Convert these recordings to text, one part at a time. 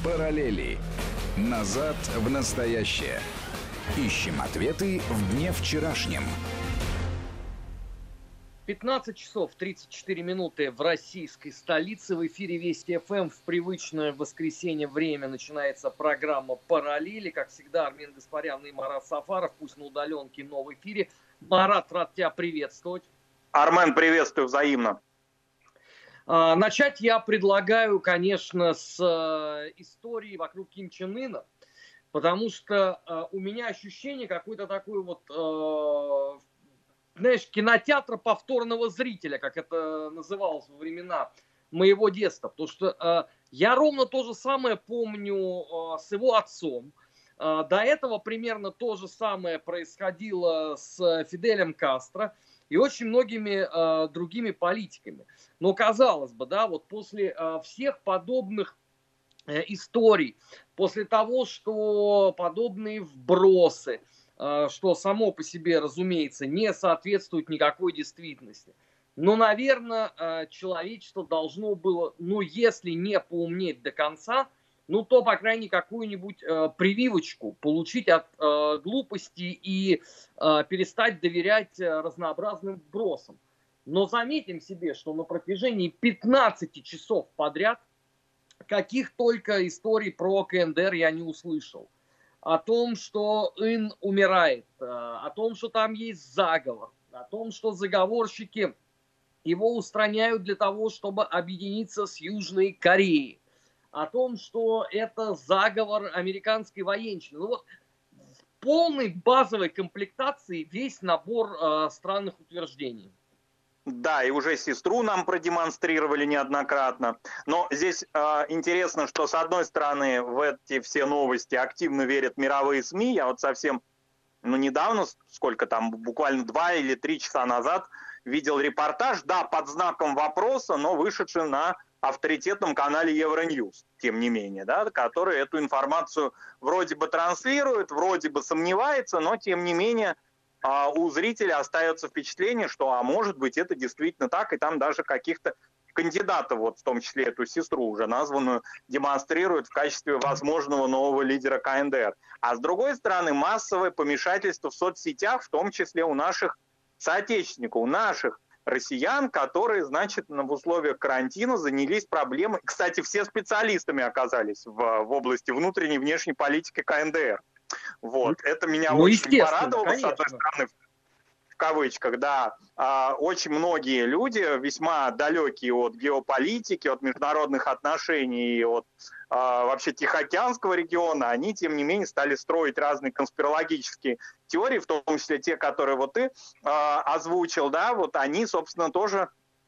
Параллели. Назад в настоящее. Ищем ответы в дне вчерашнем. 15 часов 34 минуты в российской столице. В эфире Вести ФМ. В привычное воскресенье время начинается программа «Параллели». Как всегда, Армен Гаспарян и Марат Сафаров. Пусть на удаленке, но в эфире. Марат, рад тебя приветствовать. Армен, приветствую взаимно. Начать я предлагаю, конечно, с истории вокруг Ким Чен Ына. Потому что у меня ощущение какой-то такой вот... знаешь, кинотеатра повторного зрителя, как это называлось во времена моего детства. Потому что я ровно то же самое помню с его отцом. До этого примерно то же самое происходило с Фиделем Кастро и очень многими другими политиками. Но казалось бы, да, вот после всех подобных историй, после того, что подобные вбросы, что само по себе, разумеется, не соответствует никакой действительности. Но, наверное, человечество должно было, ну, если не поумнеть до конца, ну, то, по крайней мере, какую-нибудь прививочку получить от глупости и перестать доверять разнообразным вбросам. Но заметим себе, что на протяжении 15 часов подряд каких только историй про КНДР я не услышал. О том, что Ын умирает, о том, что там есть заговор, о том, что заговорщики его устраняют для того, чтобы объединиться с Южной Кореей, о том, что это заговор американской военщины. Ну вот в полной базовой комплектации весь набор странных утверждений. Да, и уже сестру нам продемонстрировали неоднократно. Но здесь интересно, что с одной стороны в эти все новости активно верят мировые СМИ. Я вот совсем, недавно, сколько там, буквально 2 или 3 часа назад видел репортаж, да, под знаком вопроса, но вышедший на авторитетном канале Евроньюз, тем не менее, да, который эту информацию вроде бы транслирует, вроде бы сомневается, но тем не менее у зрителя остается впечатление, что, а может быть, это действительно так, и там даже каких-то кандидатов, вот в том числе эту сестру уже названную, демонстрируют в качестве возможного нового лидера КНДР. А с другой стороны, массовое помешательство в соцсетях, в том числе у наших соотечественников, у наших россиян, которые, значит, в условиях карантина занялись проблемой. Кстати, все специалистами оказались в области внутренней и внешней политики КНДР. Вот, это меня очень порадовало, конечно. С одной стороны, в кавычках, да, очень многие люди, весьма далекие от геополитики, от международных отношений, от вообще Тихоокеанского региона, они, тем не менее, стали строить разные конспирологические теории, в том числе те, которые вот ты озвучил, да, вот они, собственно, тоже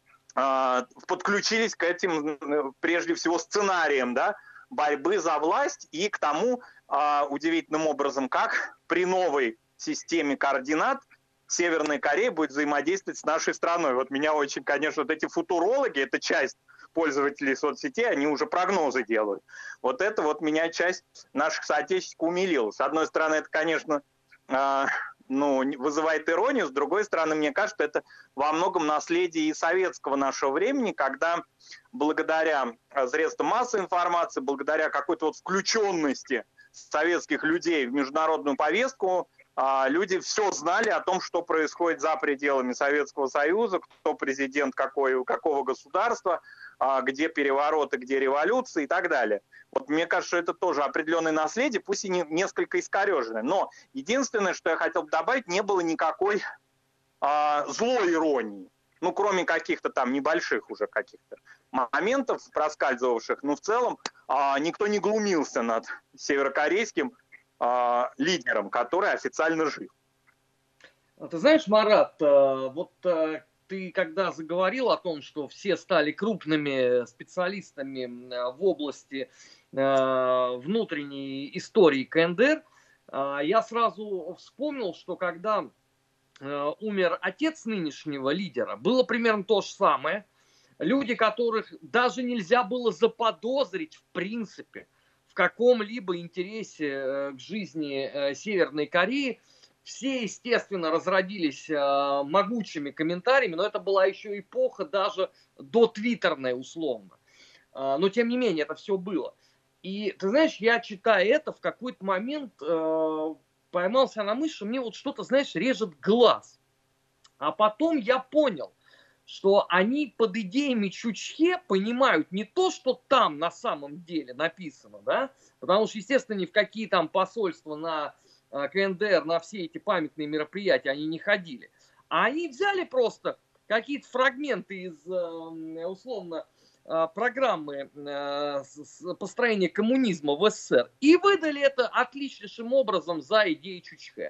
подключились к этим, прежде всего, сценариям, да, борьбы за власть и к тому, удивительным образом, как при новой системе координат Северная Корея будет взаимодействовать с нашей страной. Вот меня очень, конечно, вот эти футурологи, это часть пользователей соцсетей, они уже прогнозы делают. Вот это вот меня часть наших соотечественников умилила. С одной стороны, это, конечно, вызывает иронию, с другой стороны, мне кажется, это во многом наследие и советского нашего времени, когда благодаря средствам массовой информации, благодаря какой-то вот включенности советских людей в международную повестку, люди все знали о том, что происходит за пределами Советского Союза, кто президент какого государства, где перевороты, где революции и так далее. Вот мне кажется, что это тоже определенное наследие, пусть и несколько искореженное. Но единственное, что я хотел бы добавить, не было никакой злой иронии. Ну, кроме каких-то там небольших уже каких-то моментов проскальзывавших, но в целом никто не глумился над северокорейским лидером, который официально жив. Ты знаешь, Марат, вот ты когда заговорил о том, что все стали крупными специалистами в области внутренней истории КНДР, я сразу вспомнил, что когда умер отец нынешнего лидера, было примерно то же самое. Люди, которых даже нельзя было заподозрить в принципе в каком-либо интересе к жизни Северной Кореи, все, естественно, разродились могучими комментариями, но это была еще эпоха даже до твиттерная условно. Но, тем не менее, это все было. И ты знаешь, я читая это, в какой-то момент поймался на мысли, что мне вот что-то, знаешь, режет глаз. А потом я понял, что они под идеями Чучхе понимают не то, что там на самом деле написано, да, потому что, естественно, ни в какие там посольства на КНДР, на все эти памятные мероприятия они не ходили. А они взяли просто какие-то фрагменты из, условно, программы построения коммунизма в СССР и выдали это отличнейшим образом за идеи Чучхе.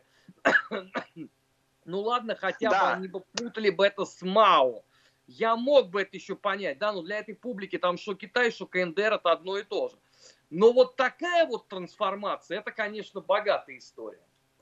Ну ладно, хотя бы они бы путали бы это с Мао. Я мог бы это еще понять, да, но для этой публики там что Китай, что КНДР это одно и то же. Но вот такая вот трансформация, это, конечно, богатая история.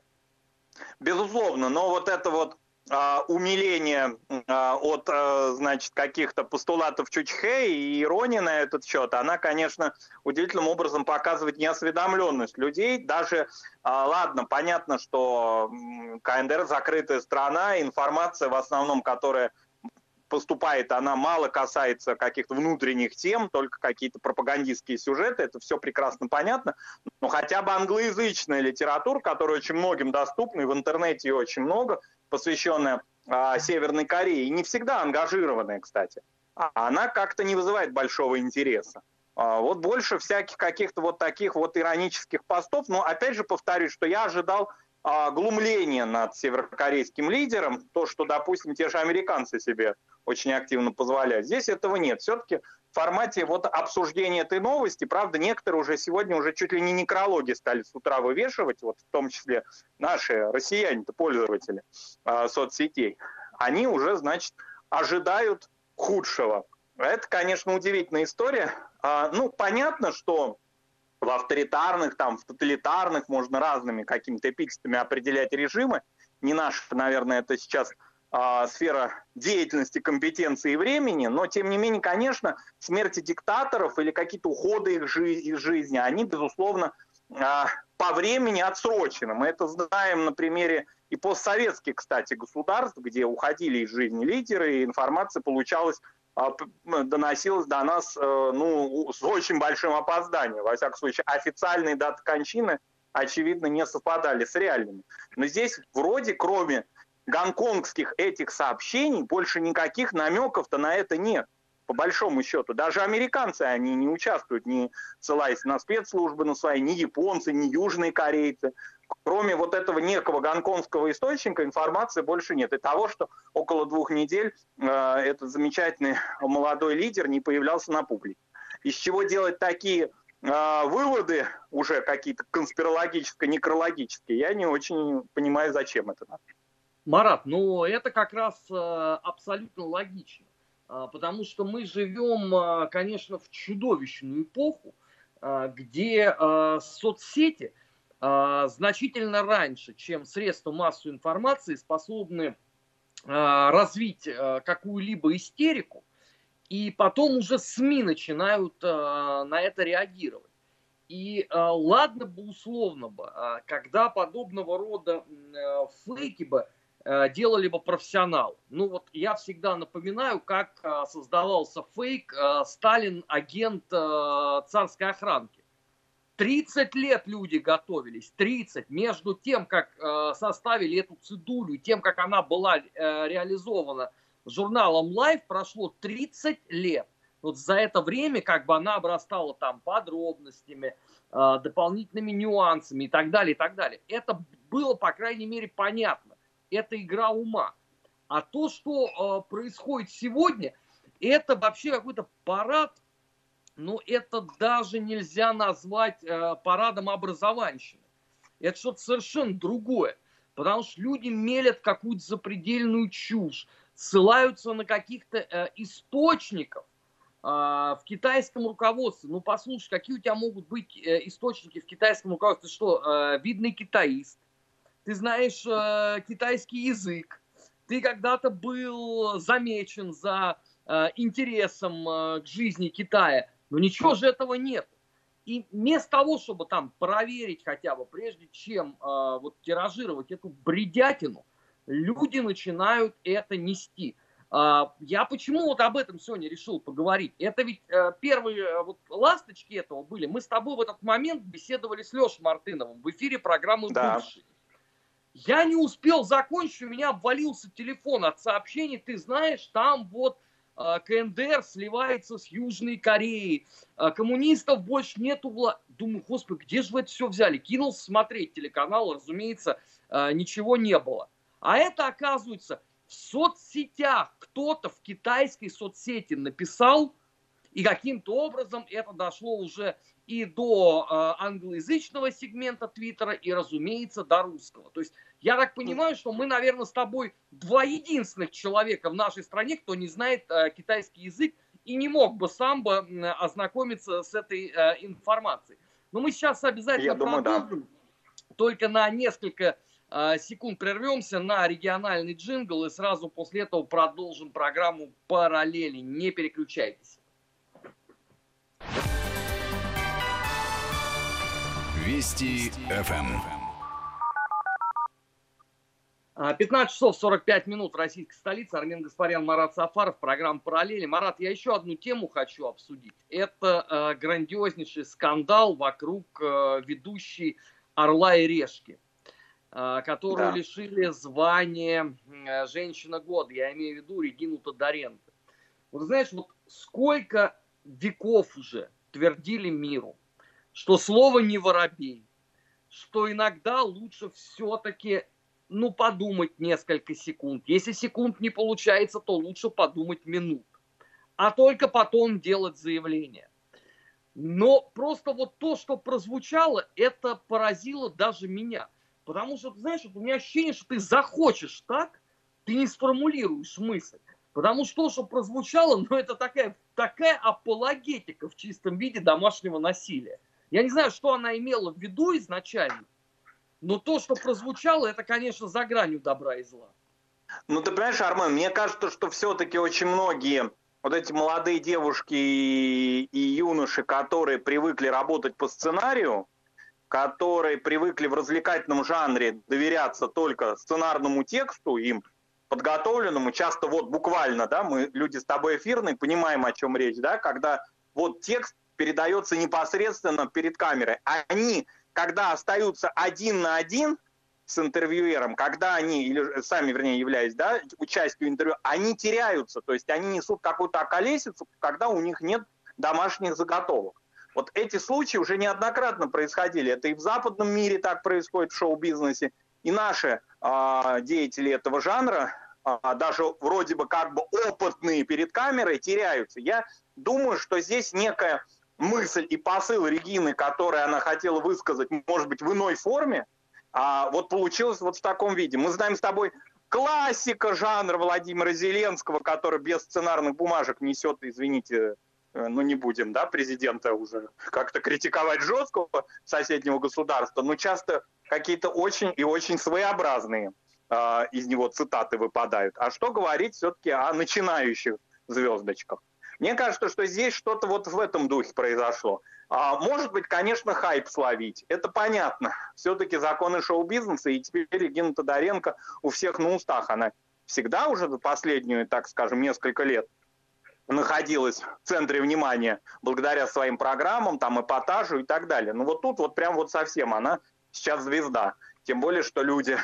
Безусловно, но вот это вот умиление от, значит, каких-то постулатов Чучхе и ирония на этот счет, она, конечно, удивительным образом показывает неосведомленность людей. Даже, ладно, понятно, что КНДР закрытая страна, информация в основном, которая поступает, она мало касается каких-то внутренних тем, только какие-то пропагандистские сюжеты, это все прекрасно понятно, но хотя бы англоязычная литература, которая очень многим доступна, и в интернете ее очень много, посвященная Северной Корее, и не всегда ангажированная, кстати, она как-то не вызывает большого интереса. Вот больше всяких каких-то вот таких вот иронических постов, но опять же повторюсь, что я ожидал глумление над северокорейским лидером, то, что, допустим, те же американцы себе очень активно позволяют. Здесь этого нет. Все-таки в формате вот обсуждения этой новости, правда, некоторые уже сегодня уже чуть ли не некрологи стали с утра вывешивать, вот в том числе наши россияне-то, пользователи соцсетей, они уже, значит, ожидают худшего. Это, конечно, удивительная история. Ну, понятно, что в авторитарных, там, в тоталитарных можно разными какими-то эпитетами определять режимы. Не наша, наверное, это сейчас сфера деятельности, компетенции и времени, но, тем не менее, конечно, смерти диктаторов или какие-то уходы из жизни, они, безусловно, по времени отсрочены. Мы это знаем на примере и постсоветских, кстати, государств, где уходили из жизни лидеры, и информация получалась, доносилась до нас ну, с очень большим опозданием. Во всяком случае, официальные даты кончины, очевидно, не совпадали с реальными. Но здесь вроде, кроме гонконгских этих сообщений, больше никаких намеков-то на это нет. По большому счету. Даже американцы, они не участвуют, не ссылаясь на спецслужбы на свои, ни японцы, ни южные корейцы. Кроме вот этого некого гонконгского источника информации больше нет. И того, что около 2 недель этот замечательный молодой лидер не появлялся на публике. Из чего делать такие выводы, уже какие-то конспирологическо-некрологические, я не очень понимаю, зачем это надо. Марат, ну это как раз абсолютно логично. Потому что мы живем, конечно, в чудовищную эпоху, где соцсети значительно раньше, чем средства массовой информации, способны развить какую-либо истерику, и потом уже СМИ начинают на это реагировать. И ладно бы условно бы, когда подобного рода фейки бы делали бы профессионал. Ну вот я всегда напоминаю, как создавался фейк «Сталин агент царской охранки». 30 лет люди готовились, 30. Между тем, как составили эту цедулю, и тем, как она была реализована журналом Life, прошло 30 лет. Вот за это время как бы она обрастала там подробностями, дополнительными нюансами и так далее, и так далее. Это было, по крайней мере, понятно. Это игра ума. А то, что происходит сегодня, это вообще какой-то парад, но это даже нельзя назвать парадом образованщины. Это что-то совершенно другое. Потому что люди мелят какую-то запредельную чушь, ссылаются на каких-то источников в китайском руководстве. Ну, послушай, какие у тебя могут быть источники в китайском руководстве? Ты что, видный китаист? Ты знаешь китайский язык, ты когда-то был замечен за интересом к жизни Китая, но ничего же этого нет. И вместо того, чтобы там проверить хотя бы, прежде чем вот тиражировать эту бредятину, люди начинают это нести. Я почему вот об этом сегодня решил поговорить? Это ведь первые вот ласточки этого были. Мы с тобой в этот момент беседовали с Лешей Мартыновым в эфире программы «Бывший». Я не успел закончить, у меня обвалился телефон от сообщений. Ты знаешь, там вот КНДР сливается с Южной Кореей, коммунистов больше нету. Думаю, господи, где же вы это все взяли? Кинулся смотреть телеканал, разумеется, ничего не было. А это, оказывается, в соцсетях кто-то в китайской соцсети написал, и каким-то образом это дошло уже и до англоязычного сегмента Твиттера, и, разумеется, до русского. То есть я так понимаю, что мы, наверное, с тобой два единственных человека в нашей стране, кто не знает китайский язык и не мог бы сам бы ознакомиться с этой информацией. Но мы сейчас обязательно продолжим. Только на несколько секунд прервемся на региональный джингл и сразу после этого продолжим программу «Параллели». Не переключайтесь. Вести ФМ. 15 часов 45 минут в российской столице. Армен Гаспарян, Марат Сафаров. Программа «Параллели». Марат, я еще одну тему хочу обсудить. Это грандиознейший скандал вокруг ведущей «Орла и решки», которую лишили звания «Женщина года». Я имею в виду Регину Тодоренко. Вот знаешь, вот сколько веков уже твердили миру, что слово не воробей, что иногда лучше все-таки, подумать несколько секунд. Если секунд не получается, то лучше подумать минут, а только потом делать заявление. Но просто вот то, что прозвучало, это поразило даже меня. Потому что, знаешь, вот у меня ощущение, что ты захочешь так, ты не сформулируешь мысль. Потому что то, что прозвучало, это такая апологетика в чистом виде домашнего насилия. Я не знаю, что она имела в виду изначально, но то, что прозвучало, это, конечно, за гранью добра и зла. Ты понимаешь, Армен, мне кажется, что все-таки очень многие вот эти молодые девушки и юноши, которые привыкли работать по сценарию, которые привыкли в развлекательном жанре доверяться только сценарному тексту, им подготовленному, часто вот буквально, мы люди с тобой эфирные, понимаем, о чем речь, когда вот текст передается непосредственно перед камерой. Они, когда остаются один на один с интервьюером, когда они, или сами, вернее, являясь участью интервью, они теряются, то есть они несут какую-то околесицу, когда у них нет домашних заготовок. Вот эти случаи уже неоднократно происходили. Это и в западном мире так происходит в шоу-бизнесе, и наши деятели этого жанра, даже вроде бы как бы опытные перед камерой, теряются. Я думаю, что здесь некая мысль и посыл Регины, который она хотела высказать, может быть, в иной форме, вот получилось вот в таком виде. Мы знаем с тобой классика жанра Владимира Зеленского, который без сценарных бумажек несет, извините, не будем, президента уже как-то критиковать жесткого соседнего государства, но часто какие-то очень и очень своеобразные из него цитаты выпадают. А что говорить все-таки о начинающих звездочках? Мне кажется, что здесь что-то вот в этом духе произошло. Может быть, конечно, хайп словить. Это понятно. Все-таки законы шоу-бизнеса, и теперь Регина Тодоренко у всех на устах. Она всегда уже за последнюю, так скажем, несколько лет находилась в центре внимания благодаря своим программам, эпатажу и так далее. Но вот тут вот прям вот совсем она сейчас звезда. Тем более, что люди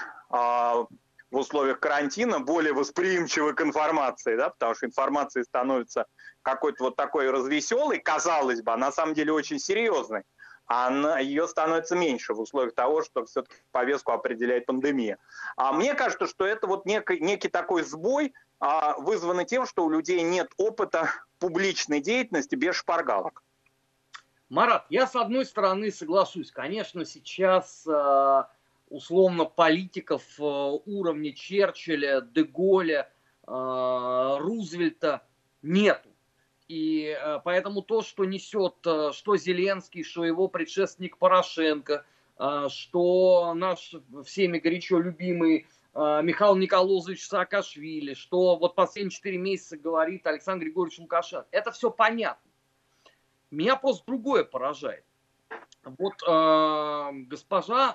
в условиях карантина более восприимчивы к информации, потому что информация становится какой-то вот такой развеселой, казалось бы, а на самом деле очень серьезной. А ее становится меньше в условиях того, что все-таки повестку определяет пандемия. Мне кажется, что это вот некий такой сбой, вызванный тем, что у людей нет опыта публичной деятельности без шпаргалок. Марат, я с одной стороны соглашусь. Конечно, сейчас условно политиков уровня Черчилля, де Голля, Рузвельта нету. И поэтому то, что несет что Зеленский, что его предшественник Порошенко, что наш всеми горячо любимый Михаил Николозович Саакашвили, что вот последние 4 месяца говорит Александр Григорьевич Лукашенко, это все понятно. Меня просто другое поражает. Вот госпожа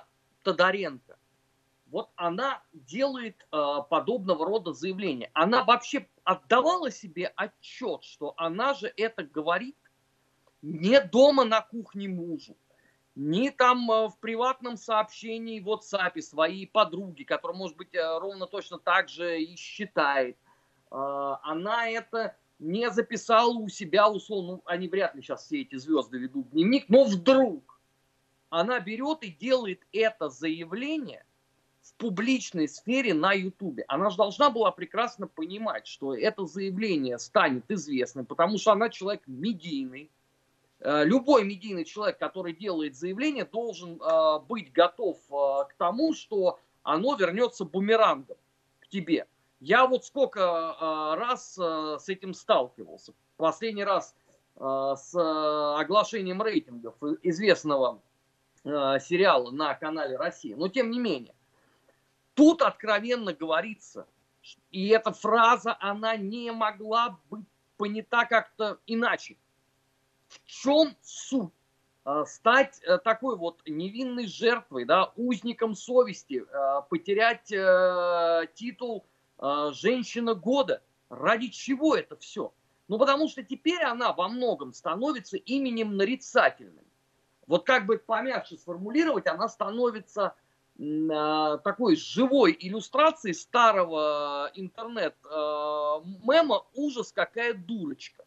Тодоренко, вот она делает подобного рода заявления. Она вообще отдавала себе отчет, что она же это говорит не дома на кухне мужу, не там в приватном сообщении в WhatsApp своей подруги, которая, может быть, ровно точно так же и считает. Она это не записала у себя, условно, ну, они вряд ли сейчас все эти звезды ведут дневник, но вдруг она берет и делает это заявление в публичной сфере на Ютубе. Она же должна была прекрасно понимать, что это заявление станет известным, потому что она человек медийный. Любой медийный человек, который делает заявление, должен быть готов к тому, что оно вернется бумерангом к тебе. Я вот сколько раз с этим сталкивался. Последний раз с оглашением рейтингов известного сериала на канале «Россия». Но тем не менее, тут откровенно говорится, и эта фраза, она не могла быть понята как-то иначе. В чем суть? Стать такой вот невинной жертвой, да, узником совести, потерять титул «Женщина года». Ради чего это все? Ну, потому что теперь она во многом становится именем нарицательным. Вот как бы помягче сформулировать, она становится такой живой иллюстрацией старого интернет-мема «Ужас, какая дурочка».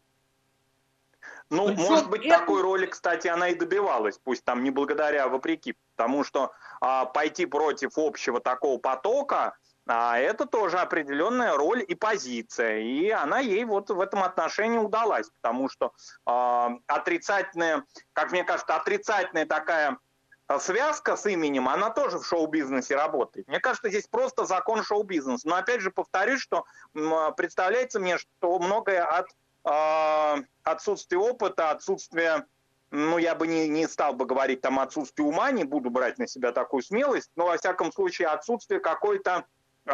Ну, причем может быть, такой роли, кстати, она и добивалась, пусть там не благодаря, а вопреки, потому что пойти против общего такого потока, это тоже определенная роль и позиция, и она ей вот в этом отношении удалась, потому что отрицательная, как мне кажется, отрицательная такая связка с именем, она тоже в шоу-бизнесе работает. Мне кажется, здесь просто закон шоу-бизнеса. Но опять же повторюсь, что представляется мне, что многое от отсутствие опыта, отсутствие, ну, я бы не стал бы говорить там отсутствие ума, не буду брать на себя такую смелость, но, во всяком случае, отсутствие какого-то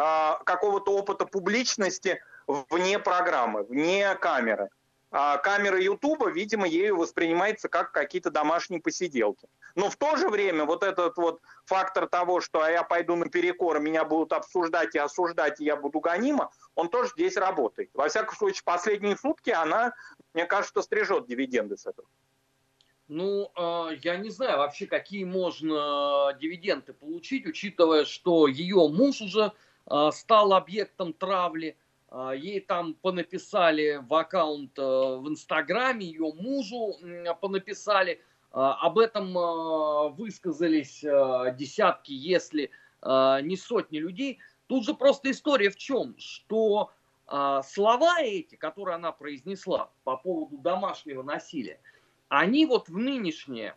опыта публичности вне программы, вне камеры. Камера Ютуба, видимо, ею воспринимается как какие-то домашние посиделки. Но в то же время вот этот вот фактор того, что я пойду наперекор, меня будут обсуждать и осуждать, и я буду гонима, он тоже здесь работает. Во всяком случае, последние сутки она, мне кажется, стрижет дивиденды с этого. Ну, я не знаю вообще, какие можно дивиденды получить, учитывая, что ее муж уже стал объектом травли. Ей там понаписали в аккаунт в Инстаграме, ее мужу понаписали. Об этом высказались десятки, если не сотни людей. Тут же просто история в чем? Что слова эти, которые она произнесла по поводу домашнего насилия, они вот в нынешнее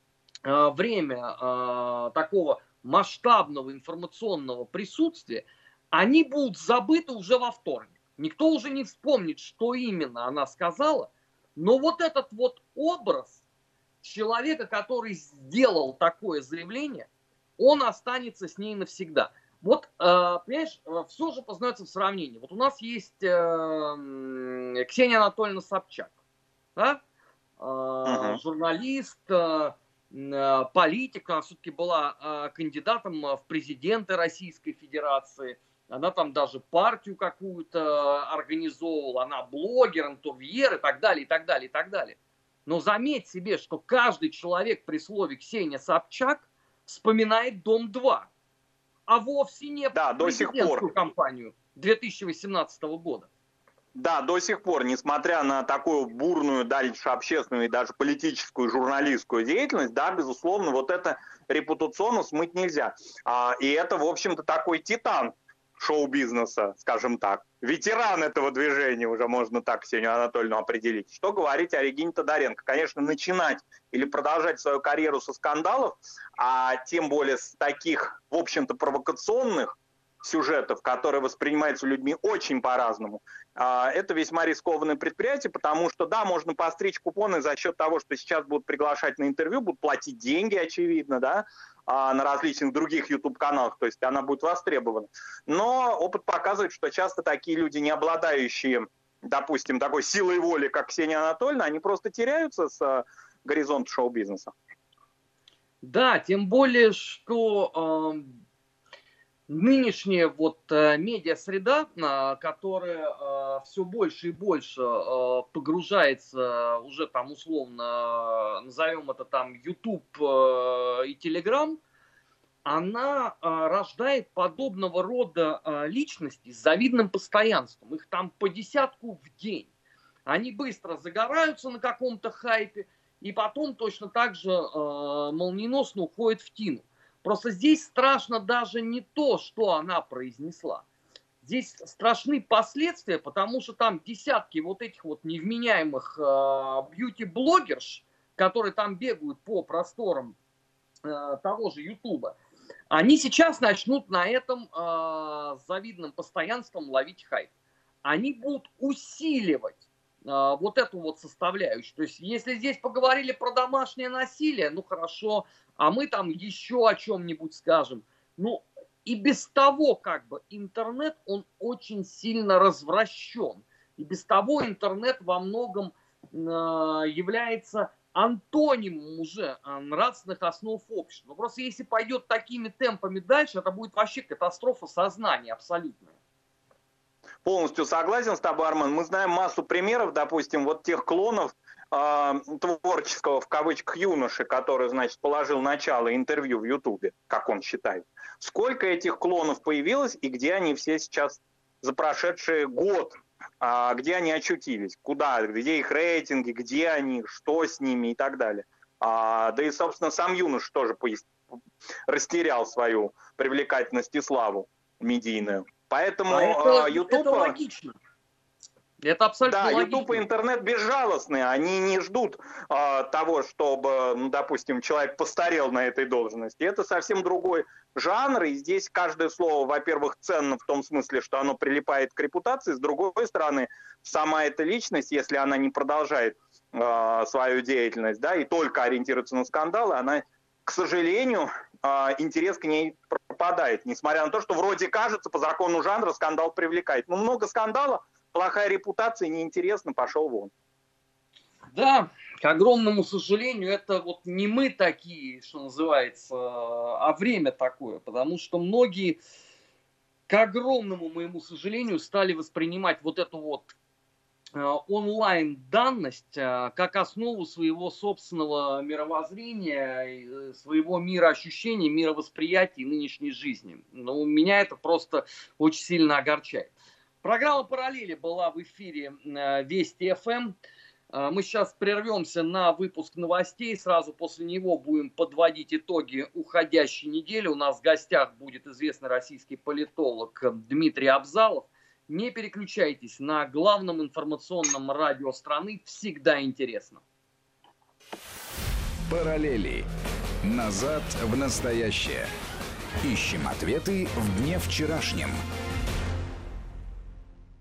время такого масштабного информационного присутствия, они будут забыты уже во вторник. Никто уже не вспомнит, что именно она сказала, но вот этот вот образ человека, который сделал такое заявление, он останется с ней навсегда. Вот, понимаешь, все же познается в сравнении. Вот у нас есть Ксения Анатольевна Собчак, да? Журналист, политик, она все-таки была кандидатом в президенты Российской Федерации. Она там даже партию какую-то организовывала, она блогер, интервьюер и так далее, и так далее, и так далее. Но заметь себе, что каждый человек при слове Ксения Собчак вспоминает «Дом-2», а вовсе не президентскую кампанию 2018 года. Да, до сих пор, несмотря на такую бурную, дальше общественную и даже политическую, журналистскую деятельность, да, безусловно, вот это репутационно смыть нельзя. И это, в общем-то, такой титан шоу-бизнеса, скажем так. Ветеран этого движения, уже можно так Ксению Анатольевну определить. Что говорить о Регине Тодоренко? Конечно, начинать или продолжать свою карьеру со скандалов, а тем более с таких, в общем-то, провокационных сюжетов, которые воспринимаются людьми очень по-разному, это весьма рискованное предприятие, потому что, да, можно постричь купоны за счет того, что сейчас будут приглашать на интервью, будут платить деньги, очевидно, да, на различных других YouTube-каналах, то есть она будет востребована. Но опыт показывает, что часто такие люди, не обладающие, допустим, такой силой воли, как Ксения Анатольевна, они просто теряются с горизонта шоу-бизнеса. Да, тем более, что... нынешняя вот медиа-среда, которая все больше и больше погружается уже там условно, назовем это там YouTube и Telegram, она рождает подобного рода личности с завидным постоянством. Их там по десятку в день. Они быстро загораются на каком-то хайпе и потом точно так же молниеносно уходят в тину. Просто здесь страшно даже не то, что она произнесла. Здесь страшны последствия, потому что там десятки вот этих вот невменяемых бьюти-блогерш, которые там бегают по просторам того же Ютуба, они сейчас начнут на этом завидным постоянством ловить хайп. Они будут усиливать вот эту вот составляющую. То есть, если здесь поговорили про домашнее насилие, ну хорошо, а мы там еще о чем-нибудь скажем. Ну, и без того, как бы, интернет, он очень сильно развращен. И без того интернет во многом является антонимом уже нравственных основ общества. Но просто если пойдет такими темпами дальше, это будет вообще катастрофа сознания абсолютная. Полностью согласен с тобой, Армен. Мы знаем массу примеров, допустим, вот тех клонов творческого, в кавычках, юноши, который, значит, положил начало интервью в Ютубе, как он считает. Сколько этих клонов появилось и где они все сейчас за прошедший год, где они очутились, куда, где их рейтинги, где они, что с ними и так далее. Да и, собственно, сам юнош тоже растерял свою привлекательность и славу медийную. Поэтому YouTube... Это логично. Это абсолютно логично. Да, YouTube и интернет безжалостны. Они не ждут того, чтобы, ну, допустим, человек постарел на этой должности. Это совсем другой жанр. И здесь каждое слово, во-первых, ценно в том смысле, что оно прилипает к репутации. С другой стороны, сама эта личность, если она не продолжает свою деятельность, да, и только ориентируется на скандалы, она, к сожалению, интерес к ней пропадает. Несмотря на то, что вроде кажется, по закону жанра скандал привлекает. Но много скандала, плохая репутация, неинтересно, пошел вон. Да, к огромному сожалению, это вот не мы такие, что называется, а время такое. Потому что многие, к огромному моему сожалению, стали воспринимать вот эту вот онлайн-данность как основу своего собственного мировоззрения, своего мироощущения, мировосприятия нынешней жизни. Но меня это просто очень сильно огорчает. Программа «Параллели» была в эфире Вести ФМ. Мы сейчас прервемся на выпуск новостей. Сразу после него будем подводить итоги уходящей недели. У нас в гостях будет известный российский политолог Дмитрий Абзалов. Не переключайтесь, на главном информационном радио страны всегда интересно. Параллели. Назад в настоящее. Ищем ответы в дне вчерашнем.